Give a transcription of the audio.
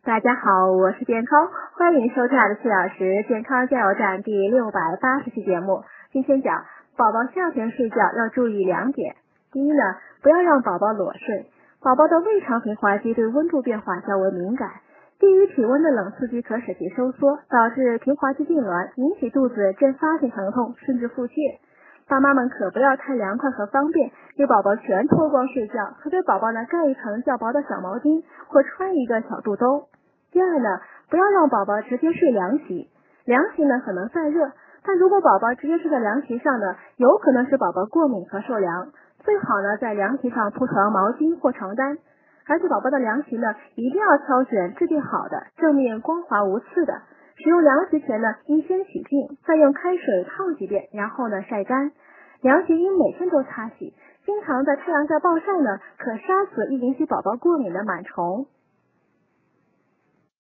大家好，我是健康，欢迎收看4小时健康加油站第680期节目。今天讲宝宝夏天睡觉要注意2点。第一呢，不要让宝宝裸睡。宝宝的胃肠平滑肌对温度变化较为敏感，低于体温的冷刺激可使其收缩，导致平滑肌痉挛，引起肚子阵发性疼痛，甚至腹泻。爸妈们可不要太凉快和方便，给宝宝全脱光睡觉，可给宝宝呢盖一层较薄的小毛巾，或穿一个小肚兜。第二呢，不要让宝宝直接睡凉席。凉席呢可能散热，但如果宝宝直接睡在凉席上呢，有可能使宝宝过敏和受凉。最好呢在凉席上铺床毛巾或床单，而且宝宝的凉席呢一定要挑选质地好的，正面光滑无刺的。使用凉席前呢，应先洗净，再用开水烫几遍，然后呢晒干。凉席应每天都擦洗，经常在太阳下暴晒呢，可杀死易引起宝宝过敏的螨虫。